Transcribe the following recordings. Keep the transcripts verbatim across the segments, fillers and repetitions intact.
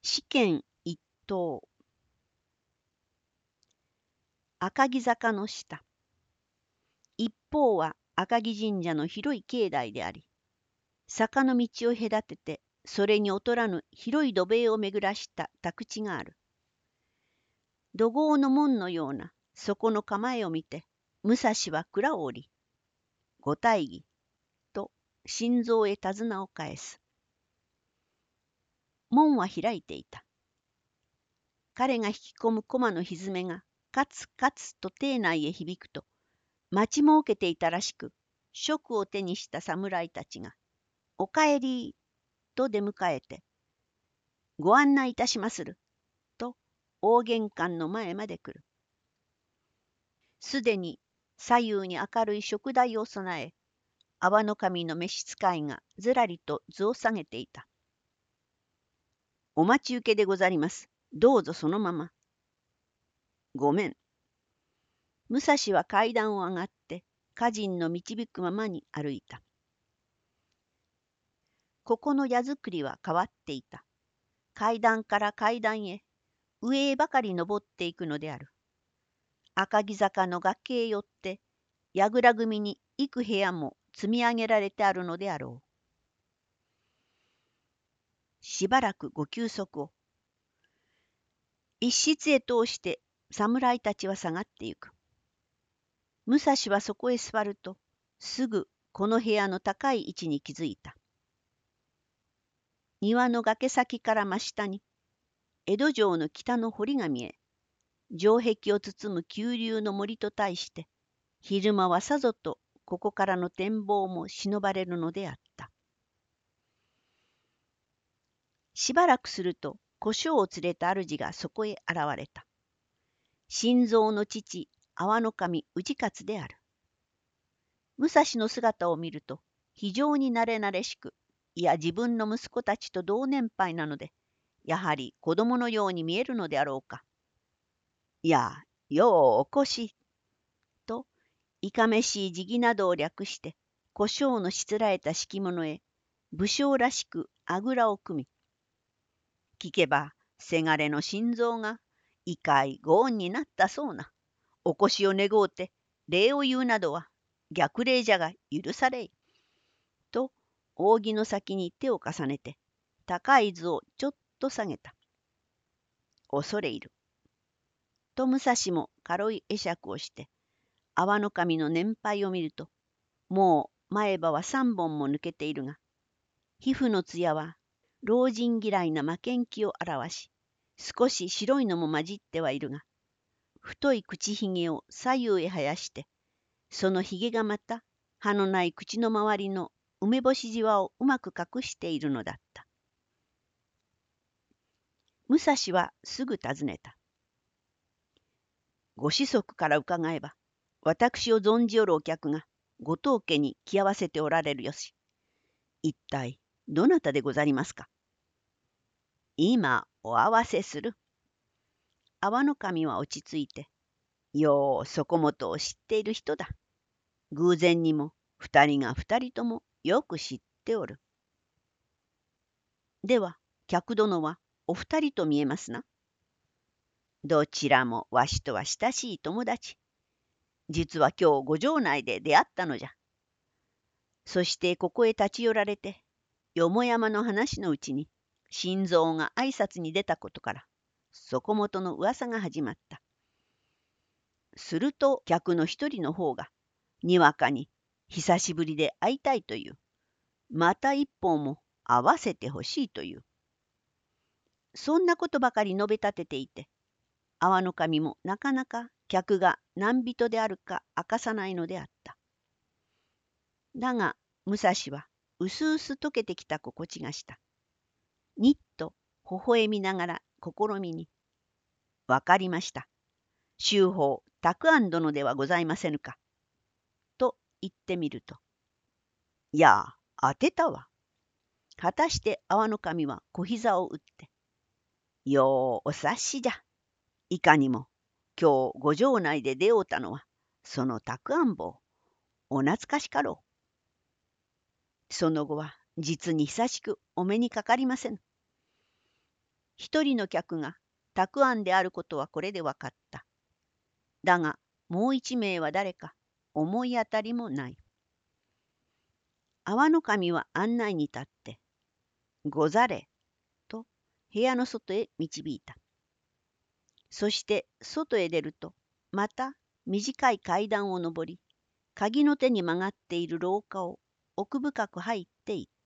試験一等。赤城坂の下。一方は赤城神社の広い境内であり、坂の道を隔てて、それに劣らぬ広い土塀を巡らした宅地がある。土豪の門のようなそこの構えを見て、武蔵は蔵を降り、ご大義と心臓へ手綱を返す。門は開いていた。彼が引き込む駒のひずめがカツカツと邸内へ響くと、待ちもうけていたらしく、職を手にした侍たちが、おかえりと出迎えて、ご案内いたしますると大玄関の前まで来る。すでに左右に明るい食台を備え、阿波の神の召使いがずらりと図を下げていた。お待ち受けでござります。どうぞそのまま。ごめん。武蔵は階段を上がって、歌人の導くままに歩いた。ここの矢作りは変わっていた。階段から階段へ、上へばかり登っていくのである。赤城坂の崖へよって、櫓組に幾部屋も積み上げられてあるのであろう。しばらくご休息を。一室へ通して侍たちは下がってゆく。武蔵はそこへ座ると、すぐこの部屋の高い位置に気づいた。庭の崖先から真下に、江戸城の北の堀が見え、城壁を包む急流の森と対して、昼間はさぞとここからの展望も忍ばれるのであった。しばらくすると、小姓を連れた主がそこへ現れた。心臓の父、阿波守氏勝である。武蔵の姿を見ると、非常に慣れ慣れしく、いや自分の息子たちと同年配なので、やはり子供のように見えるのであろうか。いや、ようお越し。と、いかめしい辞儀などを略して、小姓のしつらえた敷物へ、武将らしくあぐらを組み、聞けば、せがれの心臓が、異界ご恩になったそうな。お越しを願うて、礼を言うなどは、逆礼じゃが許されい。と、扇の先に手を重ねて、高い図をちょっと下げた。恐れ入る。と武蔵も軽い会釈をして、阿波守の年配を見ると、もう前歯は三本も抜けているが、皮膚の艶は老人嫌いな負けん気を表し、少し白いのも混じってはいるが、太い口ひげを左右へ生やして、そのひげがまた歯のない口の周りの梅干しじわをうまく隠しているのだった。武蔵はすぐ尋ねた。ご子息から伺えば、私を存じよるお客がご当家に来合わせておられるよし。一体どなたでござりますか。今お合わせする。阿波守は落ち着いて、ようそこもとを知っている人だ。偶然にも二人が二人ともよく知っておる。では客殿はお二人と見えますな。どちらもわしとは親しい友達。実は今日ご城内で出会ったのじゃ。そしてここへ立ち寄られて、よもやまの話のうちに、心臓が挨拶に出たことから、そこもとの噂が始まった。すると客の一人の方が、にわかに久しぶりで会いたいという。また一本も会わせてほしいという。そんなことばかり述べ立てていて、阿波守もなかなか客が何人であるか明かさないのであった。だが武蔵はうすうす溶けてきた心地がした。にっと微笑みながら試みに、わかりました。秋宝沢庵殿ではございませぬか。と言ってみると、いや、当てたわ。果たして阿波守は小膝を打って、ようお察しじゃ。いかにも今日ご城内で出会うたのは、その沢庵坊、お懐かしかろう。その後は実に久しくお目にかかりませぬ。 一人の客がたくあんであることはこれでわかった。だが、もう一名は誰か思い当たりもない。阿波守は案内に立って、ござれ、と部屋の外へ導いた。そして外へ出ると、また短い階段を上り、鍵の手に曲がっている廊下を奥深く入っていった。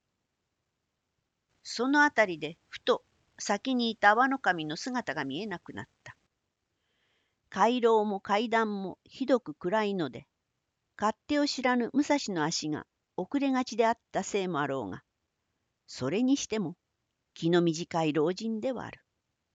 そのあたりでふと先にいた阿波守の姿が見えなくなった。回廊も階段もひどく暗いので、勝手を知らぬ武蔵の足が遅れがちであったせいもあろうが、それにしても気の短い老人ではある。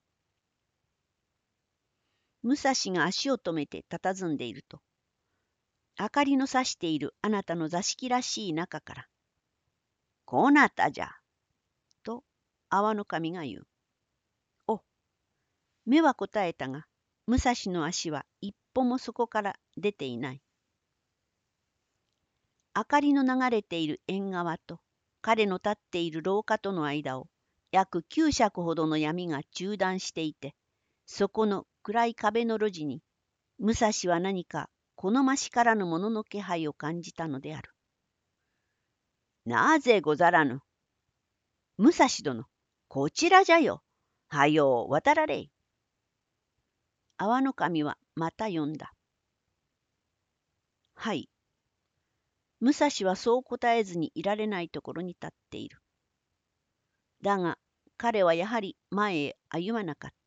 武蔵が足を止めて佇んでいると、明かりの差しているあなたの座敷らしい中から、こなたじゃ、と阿波守が言う。お、目は答えたが、武蔵の足は一歩もそこから出ていない。明かりの流れている縁側と彼の立っている廊下との間を約九尺ほどの闇が中断していて、そこの暗い壁の路地に武蔵は何か好ましからぬものの気配を感じたのである。なぜござらぬ。武蔵殿、こちらじゃよ。はよう渡られい。阿波守はまた呼んだ。はい。武蔵はそう答えずにいられないところに立っている。だが彼はやはり前へ歩まなかった。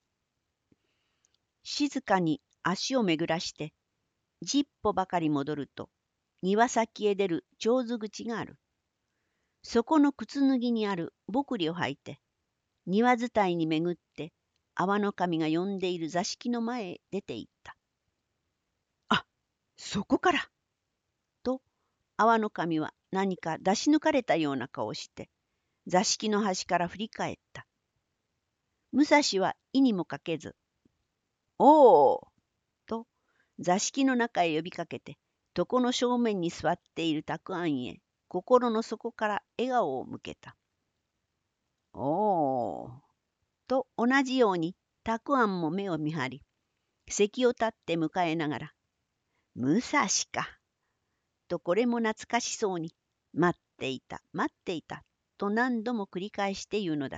静かに足を巡らして十歩ばかり戻ると庭先へ出る長図口がある。そこの靴脱ぎにあるぼりを履いて庭伝いに巡って阿波守が呼んでいる座敷の前へ出て行った。あ、そこからと阿波守は何か出し抜かれたような顔をして座敷の端から振り返った。武蔵は意にもかけず、おおと座敷の中へ呼びかけて、床の正面に座っているたくあんへ心の底から笑顔を向けた。おおと同じようにたくあんも目を見張り、席を立って迎えながら、武蔵か、とこれも懐かしそうに、待っていた、待っていた、と何度も繰り返して言うのだった。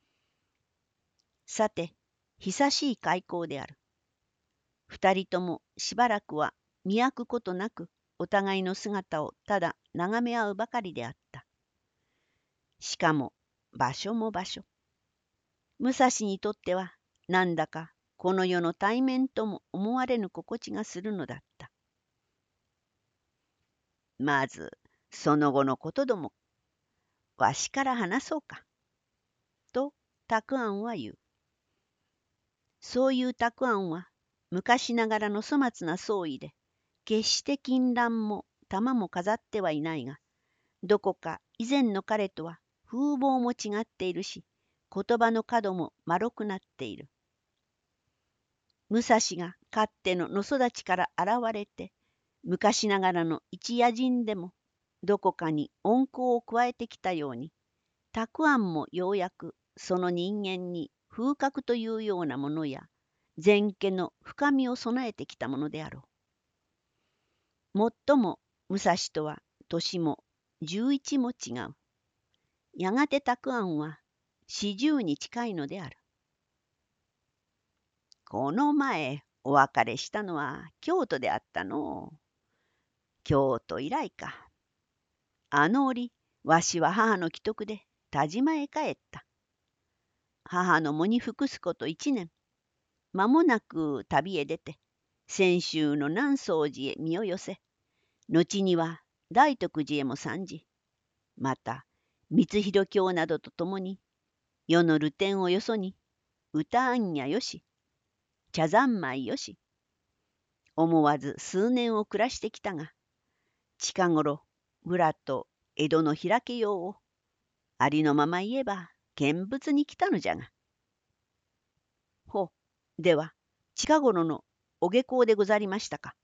さて、久しい開口である。二人ともしばらくは見飽くことなくお互いの姿をただ眺め合うばかりであった。しかも場所も場所。武蔵にとってはなんだかこの世の対面とも思われぬ心地がするのだった。まずその後のことどもわしから話そうか。とたくあんは言う。そういうたくあんは昔ながらの粗末な装いで決して金蘭も玉も飾ってはいないが、どこか以前の彼とは風貌も違っているし、言葉の角も丸くなっている。武蔵がかつての野育ちから現れて、昔ながらの一野人でもどこかに温厚を加えてきたように、たくあんもようやくその人間に風格というようなものや、前家の深みを備えてきたものであろう。もっとも武蔵とは年も十一も違う。やがてたくあんは四十に近いのである。この前お別れしたのは京都であったのう。京都以来か。あの折わしは母の危篤で田島へ帰った。母の喪に服すこと一年。間もなく旅へ出て泉州の南宗寺へ身を寄せ、後には大徳寺へも参じ、また光広京などとともに世の流転をよそに歌あんやよし茶三昧よし思わず数年を暮らしてきたが、近頃ぶらと江戸の開けようをありのまま言えば見物に来たのじゃが。ほう、では近頃のお下校でござりましたか。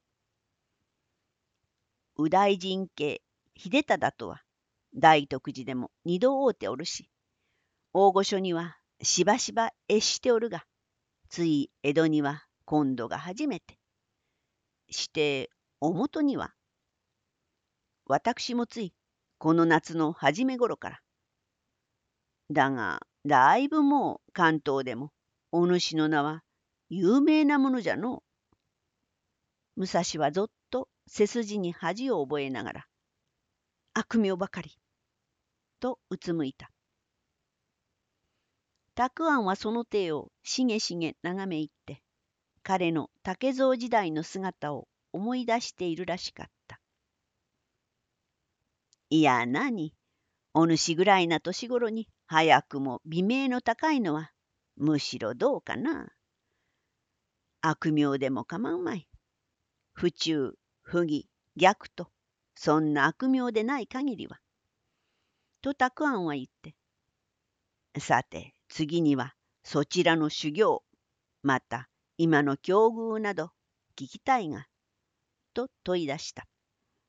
右大臣家秀忠とは大徳寺でも二度会うておるし、 大御所にはしばしば越しておるが、つい江戸には今度が初めて。しておもとには、私もついこの夏の初め頃から。だが、だいぶもう関東でも、お主の名は有名なものじゃのう。武蔵はぞっと背筋に恥を覚えながら、悪名ばかり、とうつむいた。たくあんはその手をしげしげ眺め入って、彼の竹蔵時代の姿を思い出しているらしかった。いやなに、お主ぐらいな年頃に早くも美名の高いのは、むしろどうかな。悪名でも構うまい。不忠、不義、逆と、そんな悪名でない限りは。とたくあんは言って、さて次にはそちらの修行、また今の境遇など聞きたいが、と問い出した。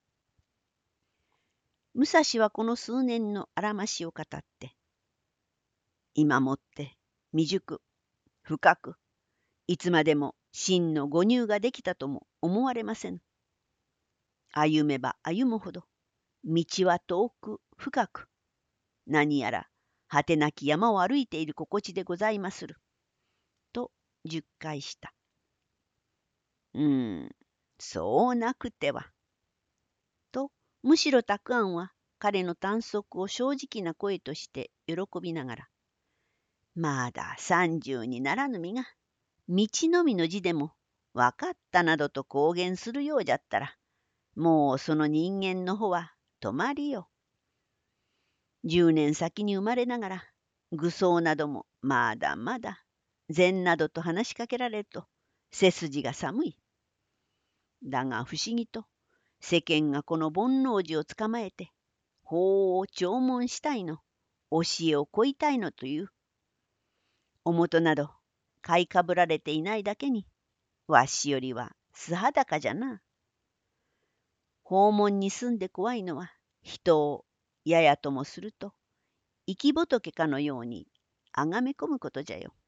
武蔵はこの数年のあらましを語って、今もって未熟、深く、いつまでも真の誤入ができたとも思われませぬ。歩めば歩むほど、道は遠く深く、何やら果てなき山を歩いている心地でございまする。と十回した。うーん、そうなくては。と、むしろたくあんは彼の短足を正直な声として喜びながら、まだ三十にならぬ身が、道のみの字でも分かったなどと公言するようじゃったら、もうその人間の方は止まりよ。十年先に生まれながら、愚僧などもまだまだ、禅などと話しかけられると、背筋が寒い。だが不思議と、世間がこの煩悩寺をつかまえて、法を弔問したいの、教えを乞いたいのという。おもとなど、買いかぶられていないだけに、わしよりは素裸じゃな。訪問に住んで怖いのは、人をややともすると、生き仏かのようにあがめ込むことじゃよ。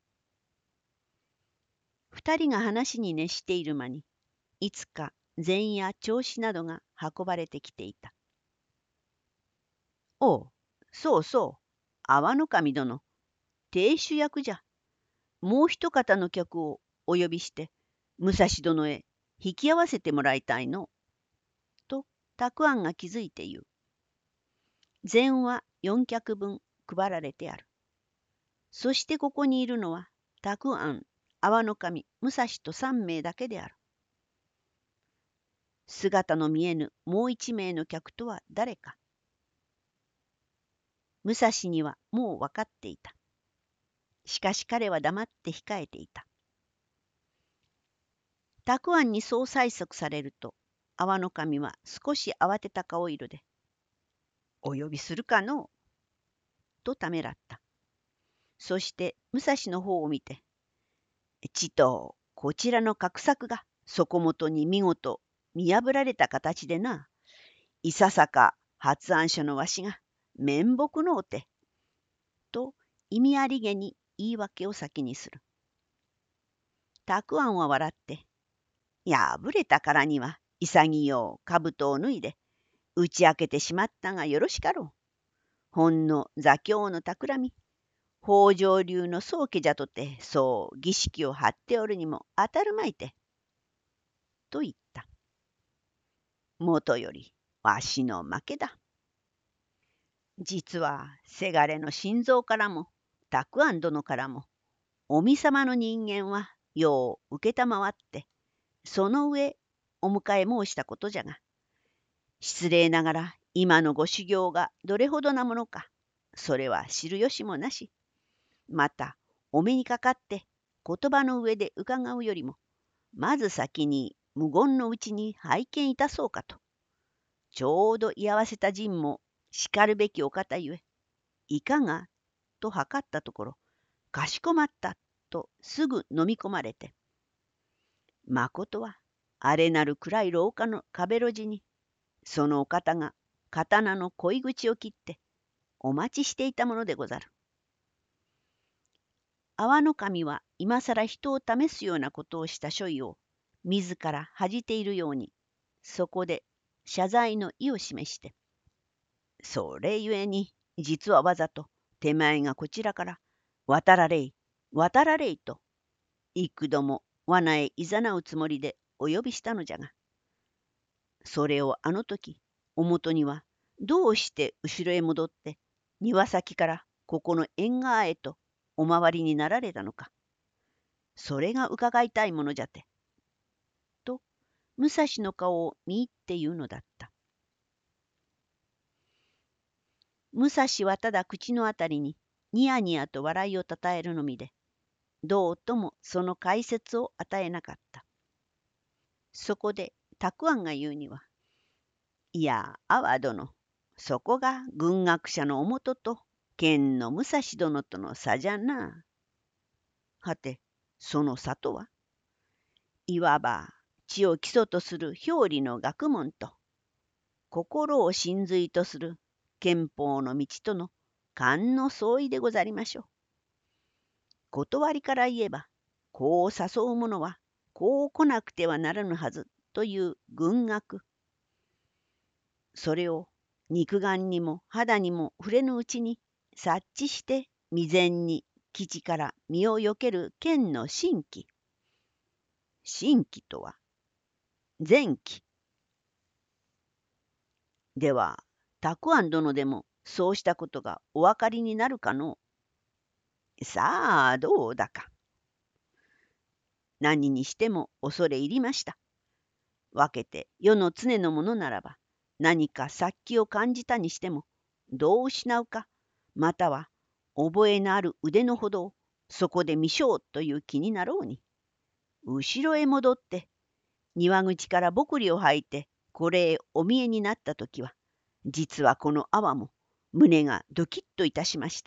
二人が話に熱している間に、いつか膳や銚子などが運ばれてきていた。おう、そうそう、阿波守殿、亭主役じゃ。もう一方の客をお呼びして、武蔵殿へ引き合わせてもらいたいの。と、たくあんが気づいて言う。膳は四客分配られてある。そしてここにいるのは、たくあん、阿波守、武蔵と三名だけである。姿の見えぬもう一名の客とは誰か。武蔵にはもう分かっていた。しかし彼は黙って控えていた。たくあんにそう催促されると、阿波守は少し慌てた顔色で、お呼びするかのうとためらった。そして武蔵の方を見て、ちとこちらの画策がそこもとに見事見破られた形でな、いささか発案者のわしが面目のうて、と意味ありげに言い訳を先にする。たくあんは笑って、破れたからには潔う兜を脱いで打ち明けてしまったがよろしかろう。ほんの座興の企み、北条流の宗家じゃとてそう儀式を張っておるにも当たるまいて。と言った。もとよりわしの負けだ。実はせがれの心臓からもたくあん殿からもおみさまの人間はよう承って、その上お迎え申したことじゃが、失礼ながら今のご修行がどれほどなものか、それは知る由もなし。またお目にかかって言葉の上で伺うよりも、まず先に無言のうちに拝見いたそうかと、ちょうど居合わせた陣もしかるべきお方ゆえ、いかがと図ったところ、かしこまったとすぐ飲み込まれて、まことはあれなる暗い廊下の壁路地に、そのお方が刀の恋口を切ってお待ちしていたものでござる。 阿波守は今更人を試すようなことをした所為を自ら恥じているように、そこで謝罪の意を示して、それゆえに、実はわざと手前がこちらから、渡られい、渡られいと、幾度も罠へいざなうつもりでお呼びしたのじゃが、それをあの時、おもとには、どうして後ろへ戻って、庭先からここの縁側へとお回りになられたのか。それが伺いたいものじゃて。と、武蔵の顔を見入って言うのだった。武蔵はただ口のあたりにニヤニヤと笑いをたたえるのみで、どうともその解説を与えなかった。そこでたくあんが言うには、いや、阿波殿、そこが軍学者のおもとと剣の武蔵殿との差じゃな。はて、その差とは、いわば知を基礎とする表裏の学問と、心を真髄とする憲法の道との勘の相違でござりましょう。断りから言えば、こう誘う者はこう来なくてはならぬはずという軍学。それを肉眼にも肌にも触れぬうちに察知して未然に基地から身をよける剣の神器。神器とは前器。では、たくあん殿でもそうしたことがお分かりになるかのう。さあ、どうだか。何にしても恐れ入りました。分けて世の常のものならば、何か殺気を感じたにしても、どう失うか、または覚えのある腕のほどをそこで見しょうという気になろうに、後ろへ戻って、庭口からぼくりを吐いて、これへお見えになったときは、実はこの阿波も胸がドキッといたしました。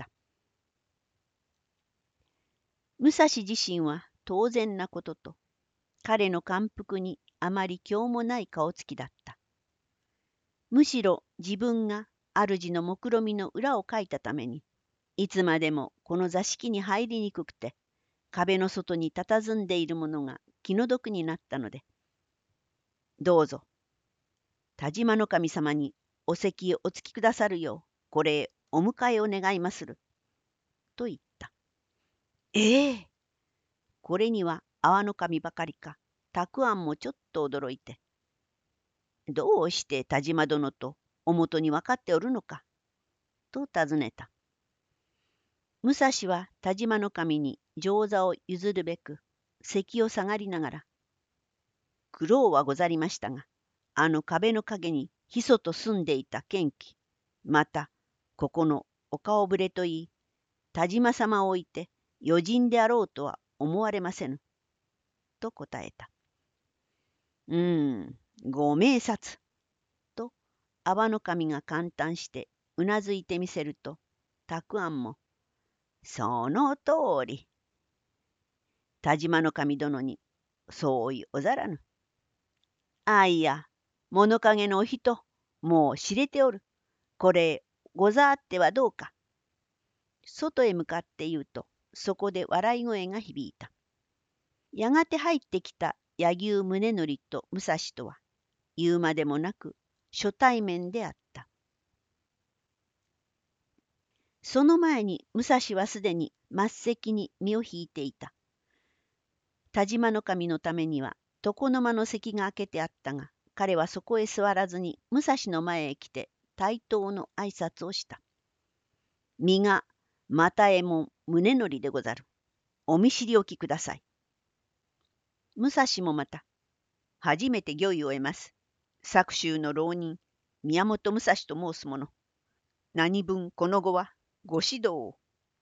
武蔵自身は当然なことと、彼の感服にあまり興もない顔つきだった。むしろ自分が主の目論みの裏をかいたために、いつまでもこの座敷に入りにくくて、壁の外に佇んでいるものが気の毒になったので、どうぞ、田島の神様にお席をおつきくださるよう、これへお迎えを願いまする。と言った。ええ。これには阿波の神ばかりか、たくあんもちょっと驚いて、どうして田島殿とおもとに分かっておるのか、と尋ねた。武蔵は田島の神に上座を譲るべく、席を下がりながら、苦労はござりましたが、あの壁の陰にひそと住んでいた剣気、また、ここのお顔ぶれといい、田島様を置いて余人であろうとは思われませぬ。と答えた。うーん、ご明察。と、阿波の神が感嘆してうなずいてみせると、たくあんも、その通り。田島の神殿に、そういおざらぬ。あいや、物陰のお人、もう知れておる。これ、ござあってはどうか。外へ向かって言うと、そこで笑い声が響いた。やがて入ってきた柳生宗則と武蔵とは、言うまでもなく初対面であった。その前に武蔵はすでに末席に身を引いていた。田島の神のためには床の間の席が空けてあったが、彼はそこへ座らずに武蔵の前へ来て対等の挨拶をした。身が又右衛門宗則でござる。お見知りおきください。武蔵もまた、初めて御意を得ます。朔州の浪人、宮本武蔵と申す者。何分この後はご指導を。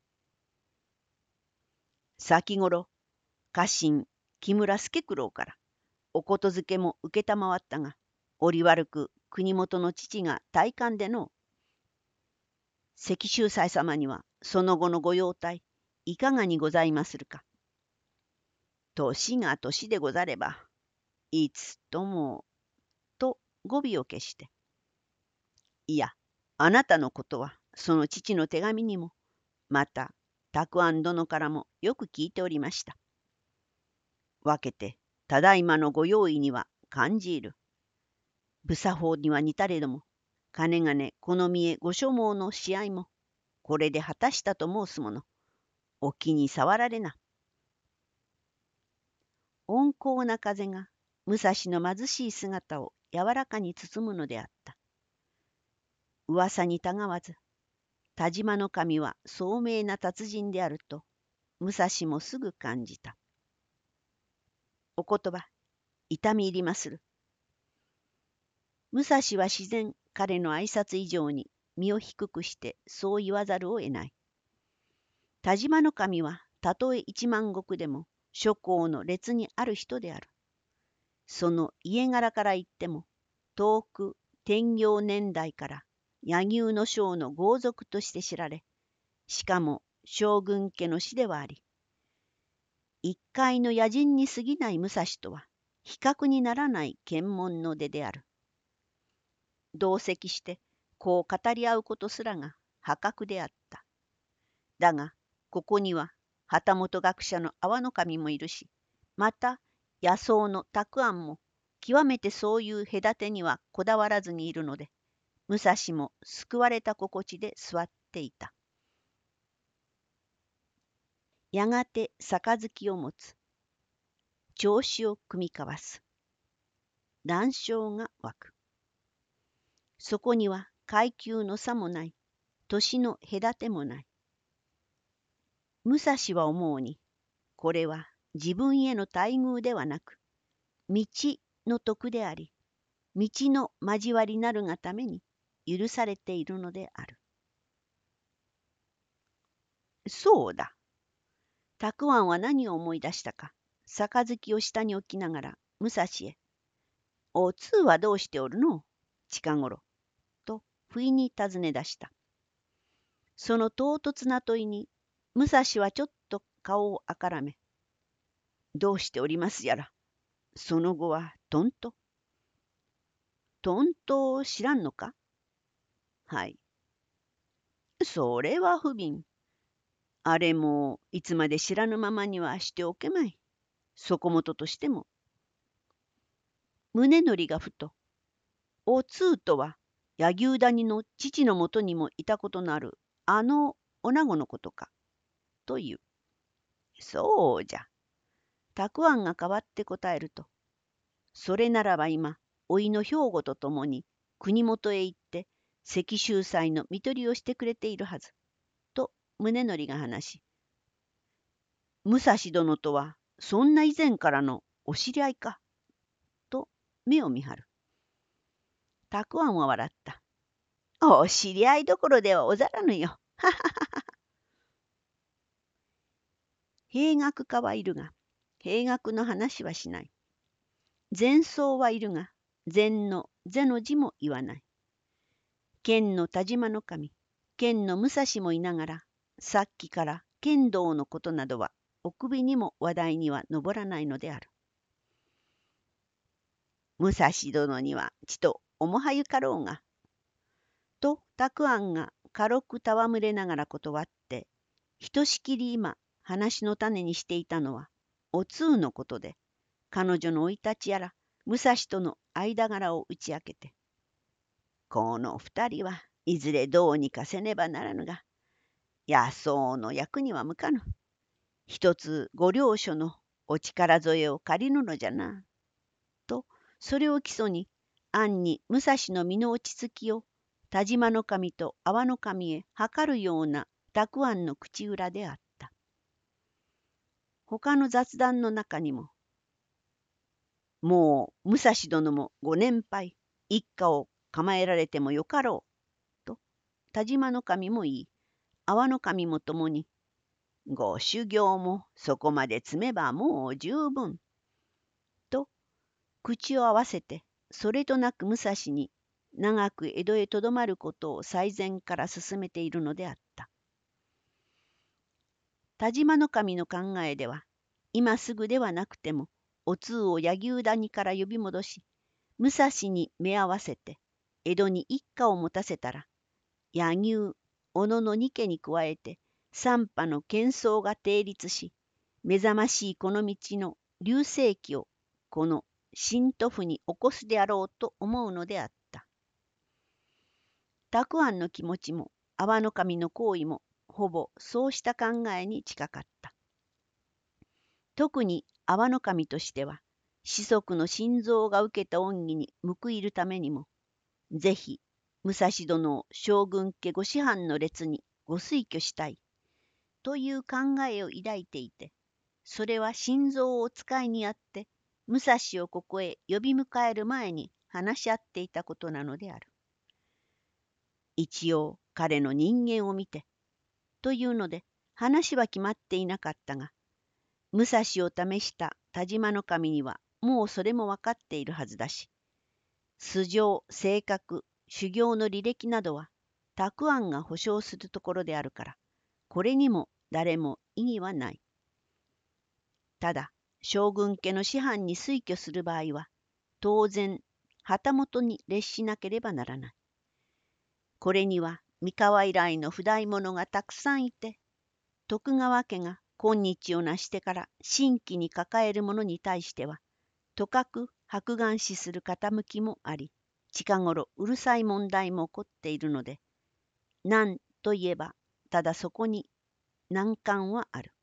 先頃、家臣木村助九郎からおことづけも承ったが、折悪く国元の父が大官での関秀斎様にはその後のご容態いかがにございまするか。年が年でござれば、いつとも、と語尾を消して、いや、あなたのことはその父の手紙にも、またたくあん殿からもよく聞いておりました。分けて、ただいまのご用意には感じる。不作法には似たれども、かねがねこの見えご所望の試合も、これで果たしたと申すもの。お気に障られな。温厚な風が武蔵の貧しい姿を柔らかに包むのであった。噂にたがわず、田島の神は聡明な達人であると、武蔵もすぐ感じた。お言葉、痛み入りまする。武蔵は自然彼の挨拶以上に身を低くしてそう言わざるを得ない。田島の神はたとえ一万石でも諸侯の列にある人である。その家柄から言っても遠く天行年代から柳生の将の豪族として知られ、しかも将軍家の死ではあり、一介の野人に過ぎない武蔵とは比較にならない検問の出である。同席してこう語り合うことすらが破格であった。だがここには旗本学者の阿波の神もいるし、また野草のたくあんも極めてそういう隔てにはこだわらずにいるので、武蔵も救われた心地で座っていた。やがて杯を持つ。調子を酌み交わす。談笑が湧く。そこには階級の差もない、年の隔てもない。武蔵は思うに、これは自分への待遇ではなく、道の徳であり、道の交わりなるがために許されているのである。そうだ。たくあんは何を思い出したか、杯を下に置きながら武蔵へ、お通はどうしておるの近頃、と不意に尋ね出した。その唐突な問いに、武蔵はちょっと顔をあからめ、どうしておりますやら、その後はとんと。とんとを知らんのか。はい。それは不憫。あれもいつまで知らぬままにはしておけまい。そこもととしても。宗則がふと、お通とは柳生谷の父のもとにもいたことのあるあの女子のことか、という。そうじゃ。たくあんが代わって答えると、それならば今、おいの兵庫とともに国元へ行って石州祭の看取りをしてくれているはず、と宗則が話し、武蔵殿とはそんな以前からのお知り合いか、と目を見張る。たくあんは笑った。お知り合いどころではござらぬよ。はははは。兵学家はいるが、兵学の話はしない。禅僧はいるが、禅の是の字も言わない。剣の田島の神、剣の武蔵もいながら、さっきから剣道のことなどは、お首にも話題には上らないのである。武蔵殿にはちと面はゆかろうが、とたくあんが軽く戯れながら断って、ひとしきり今話の種にしていたのは、お通のことで、彼女の生い立ちやら、武蔵との間柄を打ち明けて、この二人はいずれどうにかせねばならぬが、野草の役には向かぬ。一つご領所のお力添えを借りるのじゃな。と、それを基礎に、暗に武蔵の身の落ち着きを、田島の神と阿波の神へ図るようなたくあんの口裏であった。他の雑談の中にも、もう武蔵殿もご年配、一家を構えられてもよかろう、と田島の神も言い、阿波の神もともに、ご修行もそこまで積めばもう十分、と口を合わせて、それとなく武蔵に長く江戸へとどまることを最前から進めているのであった。田島の神の考えでは、今すぐではなくても、お通を柳生谷から呼び戻し、武蔵に目合わせて、江戸に一家を持たせたら、柳生、小野の二家に加えて、 三派の喧騒が定立し、目覚ましいこの道の流星期をこの新都府に起こすであろうと思うのであった。沢庵の気持ちも阿波の神の行為もほぼそうした考えに近かった。特に阿波の神としては、子息の心臓が受けた恩義に報いるためにも、ぜひ武蔵殿を将軍家ご師範の列にご推挙したいという考えを抱いていて、それは心臓をお使いにあって武蔵をここへ呼び迎える前に話し合っていたことなのである。一応彼の人間を見てというので話は決まっていなかったが、武蔵を試した田島の神にはもうそれも分かっているはずだし、素性、性格、修行の履歴などは沢庵が保証するところであるから、これにも誰も異議はない。ただ将軍家の師範に推挙する場合は、当然旗本に列しなければならない。これには三河以来の不代者がたくさんいて、徳川家が今日を成してから新規に抱える者に対しては、とかく白眼視する傾きもあり、近頃うるさい問題も起こっているので、なんといえばただそこに難関はある。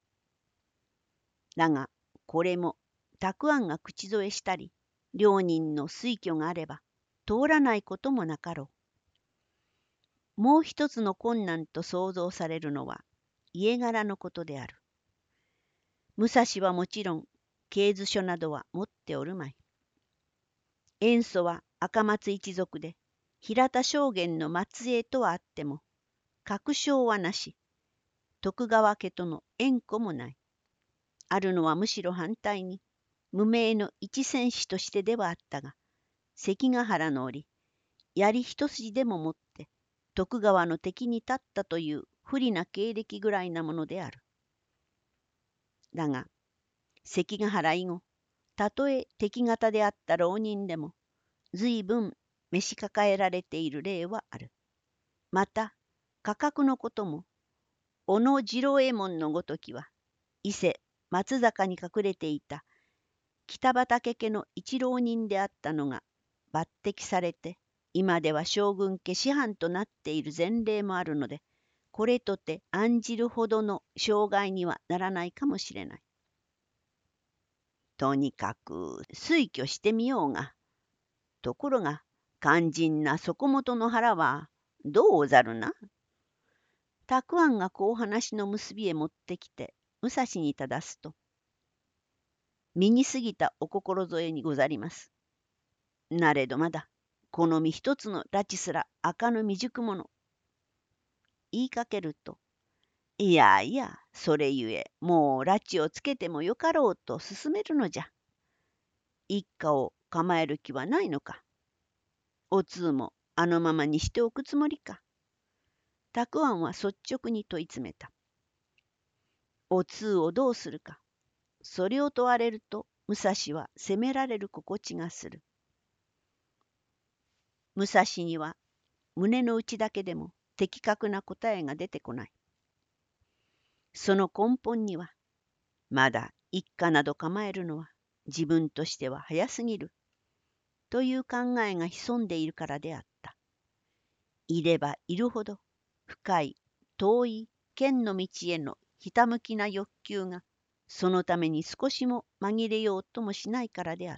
だがこれも沢庵が口添えしたり、両人の推挙があれば通らないこともなかろう。もう一つの困難と想像されるのは家柄のことである。武蔵はもちろん系図書などは持っておるまい。塩素は赤松一族で平田将軍の末裔とはあっても確証はなし、徳川家との縁故もない。あるのはむしろ反対に無名の一戦士としてではあったが、関ヶ原の折槍一筋でももって徳川の敵に立ったという不利な経歴ぐらいなものである。だが関ヶ原以後、たとえ敵方であった浪人でも随分召し抱えられている例はある。また価格のことも小野次郎右衛門のごときは伊勢松坂に隠れていた北畠家の一浪人であったのが抜擢されて今では将軍家師範となっている前例もあるので、これとて案じるほどの障害にはならないかもしれない。とにかく推挙してみようが、ところが肝心な底本の腹はどうおざるな。沢庵がこう話の結びへ持ってきて武蔵に正すと、身に過ぎたお心添えにござります。なれどまだこの身一つの拉致すら赤の未熟者。言いかけると、いやいや、それゆえもう拉致をつけてもよかろうと勧めるのじゃ。一家を構える気はないのか。お通もあのままにしておくつもりか。沢庵は率直に問い詰めた。お通をどうするか。それを問われると武蔵は責められる心地がする。武蔵には胸の内だけでも的確な答えが出てこない。その根本には、まだ一家など構えるのは自分としては早すぎるという考えが潜んでいるからであった。いればいるほど深い遠い剣の道へのひたむきな欲求がそのために少しも紛れようともしないからであった。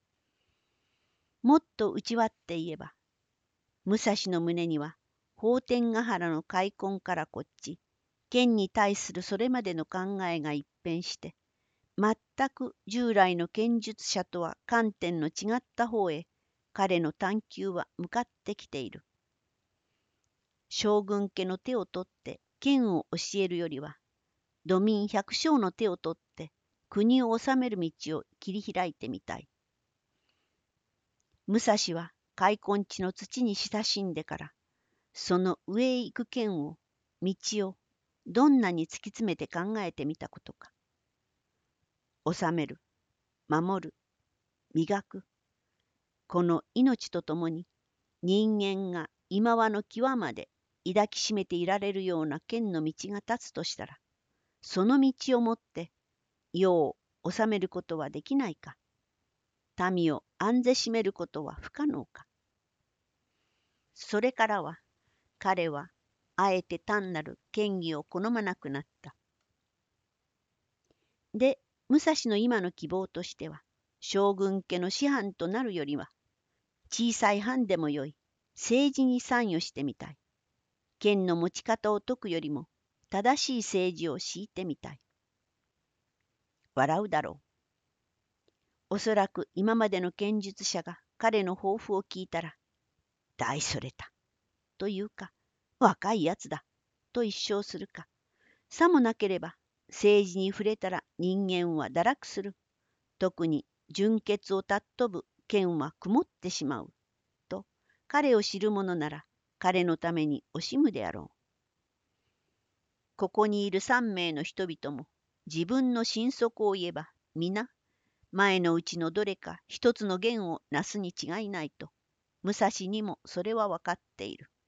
もっと内割って言えば、武蔵の胸には法天ヶ原の開墾からこっち、剣に対するそれまでの考えが一変して、全く従来の剣術者とは観点の違った方へ彼の探求は向かってきている。将軍家の手を取って剣を教えるよりは、土民百姓の手を取って国を治める道を切り開いてみたい。武蔵は開墾地の土に親しんでから、その上へ行く剣を、道をどんなに突き詰めて考えてみたことか。治める、守る、磨く。この命とともに人間が今はの際まで抱きしめていられるような剣の道が立つとしたら、その道をもって世を治めることはできないか。民を案ぜしめることは不可能か。それからは彼はあえて単なる権威を好まなくなった。で、武蔵の今の希望としては、将軍家の師範となるよりは、小さい藩でもよい、政治に参与してみたい。剣の持ち方を説くよりも、正しい政治を敷いてみたい。笑うだろう。おそらく今までの剣術者が彼の抱負を聞いたら、大それた、というか、若いやつだ、と一笑するか。さもなければ、政治に触れたら人間は堕落する。特に純潔を尊ぶ剣は曇ってしまう。と、彼を知る者なら、彼のために惜しむであろう。ここにいる三名の人々も、自分の心底を言えば、皆、前のうちのどれか一つの言をなすに違いないと、武蔵にもそれは分かっている。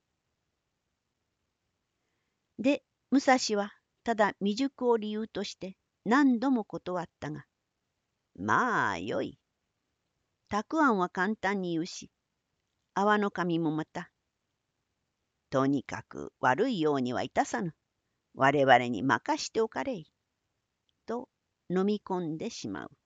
で、武蔵はただ未熟を理由として何度も断ったが、まあよい。たくあんは簡単に言うし、阿波の神もまた、とにかく悪いようにはいたさぬ。我々に任しておかれい。と飲み込んでしまう。